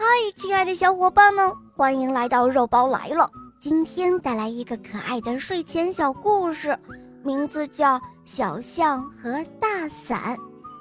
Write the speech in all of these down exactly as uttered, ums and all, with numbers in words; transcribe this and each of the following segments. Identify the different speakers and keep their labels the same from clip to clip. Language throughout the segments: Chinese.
Speaker 1: 嗨，亲爱的小伙伴们，欢迎来到肉包来了。今天带来一个可爱的睡前小故事，名字叫《小象和大伞》。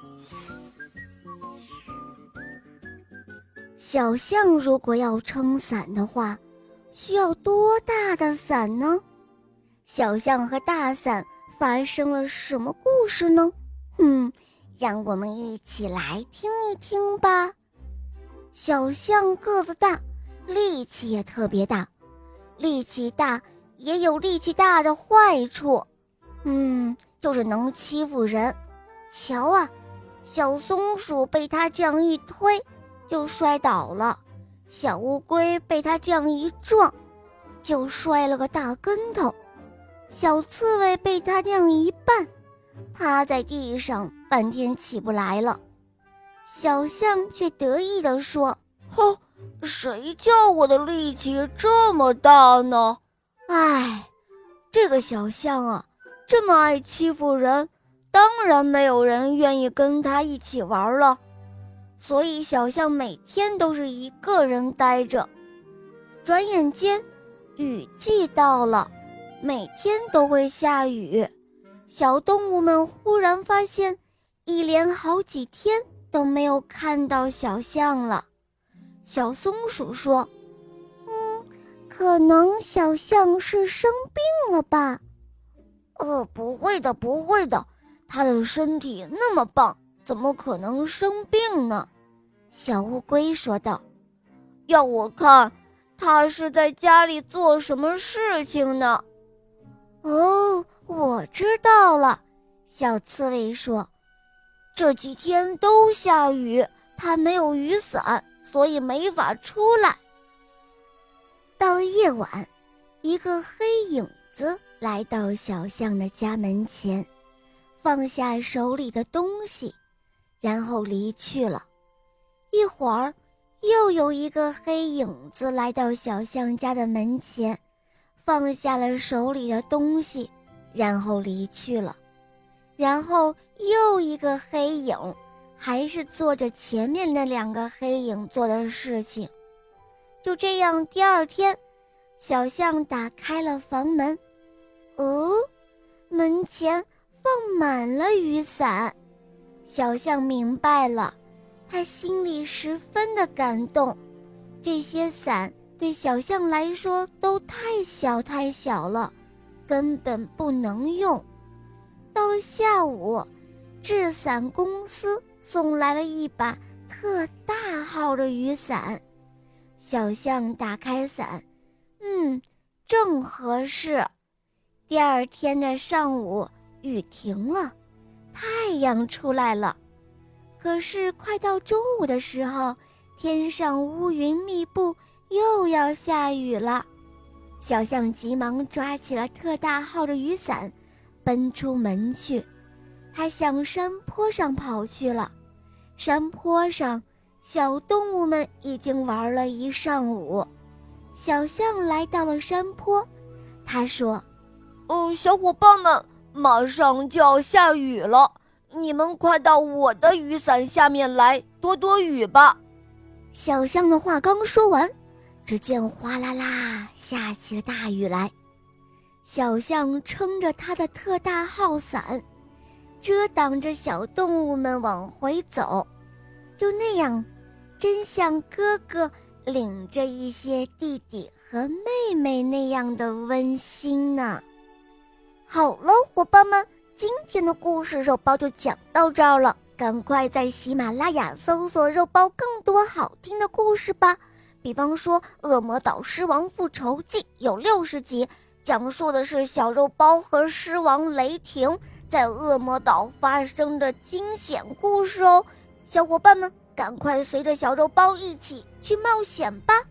Speaker 1: 小象如果要撑伞的话，需要多大的伞呢？小象和大伞发生了什么故事呢？嗯，让我们一起来听一听吧。小象个子大，力气也特别大，力气大也有力气大的坏处，嗯，就是能欺负人。瞧啊，小松鼠被它这样一推就摔倒了，小乌龟被它这样一撞就摔了个大跟头，小刺猬被它这样一绊趴在地上半天起不来了。小象却得意地说：哼，谁叫我的力气这么大呢？唉，这个小象啊，这么爱欺负人，当然没有人愿意跟他一起玩了。所以小象每天都是一个人呆着。转眼间，雨季到了，每天都会下雨。小动物们忽然发现，一连好几天都没有看到小象了。小松鼠说：嗯，可能小象是生病了吧？呃，不会的，不会的，它的身体那么棒，怎么可能生病呢？小乌龟说道。要我看，它是在家里做什么事情呢？哦，我知道了，小刺猬说，这几天都下雨，它没有雨伞，所以没法出来。到了夜晚，一个黑影子来到小象的家门前，放下手里的东西，然后离去了。一会儿，又有一个黑影子来到小象家的门前，放下了手里的东西，然后离去了。然后又一个黑影，还是做着前面那两个黑影做的事情。就这样，第二天，小象打开了房门，哦，门前放满了雨伞。小象明白了，他心里十分的感动。这些伞对小象来说都太小太小了，根本不能用。到了下午，制伞公司送来了一把特大号的雨伞。小象打开伞，嗯，正合适。第二天的上午，雨停了，太阳出来了。可是快到中午的时候，天上乌云密布，又要下雨了。小象急忙抓起了特大号的雨伞，奔出门去。他向山坡上跑去了。山坡上，小动物们已经玩了一上午。小象来到了山坡，他说：嗯，小伙伴们，马上就要下雨了，你们快到我的雨伞下面来躲躲雨吧。小象的话刚说完，只见哗啦啦下起了大雨来。小象撑着它的特大号伞，遮挡着小动物们往回走。就那样，真像哥哥领着一些弟弟和妹妹那样的温馨呢。好了，伙伴们，今天的故事肉包就讲到这儿了。赶快在喜马拉雅搜索肉包更多好听的故事吧，比方说《恶魔岛狮王复仇记》有六十集，讲述的是小肉包和狮王雷霆在恶魔岛发生的惊险故事哦。小伙伴们，赶快随着小肉包一起去冒险吧。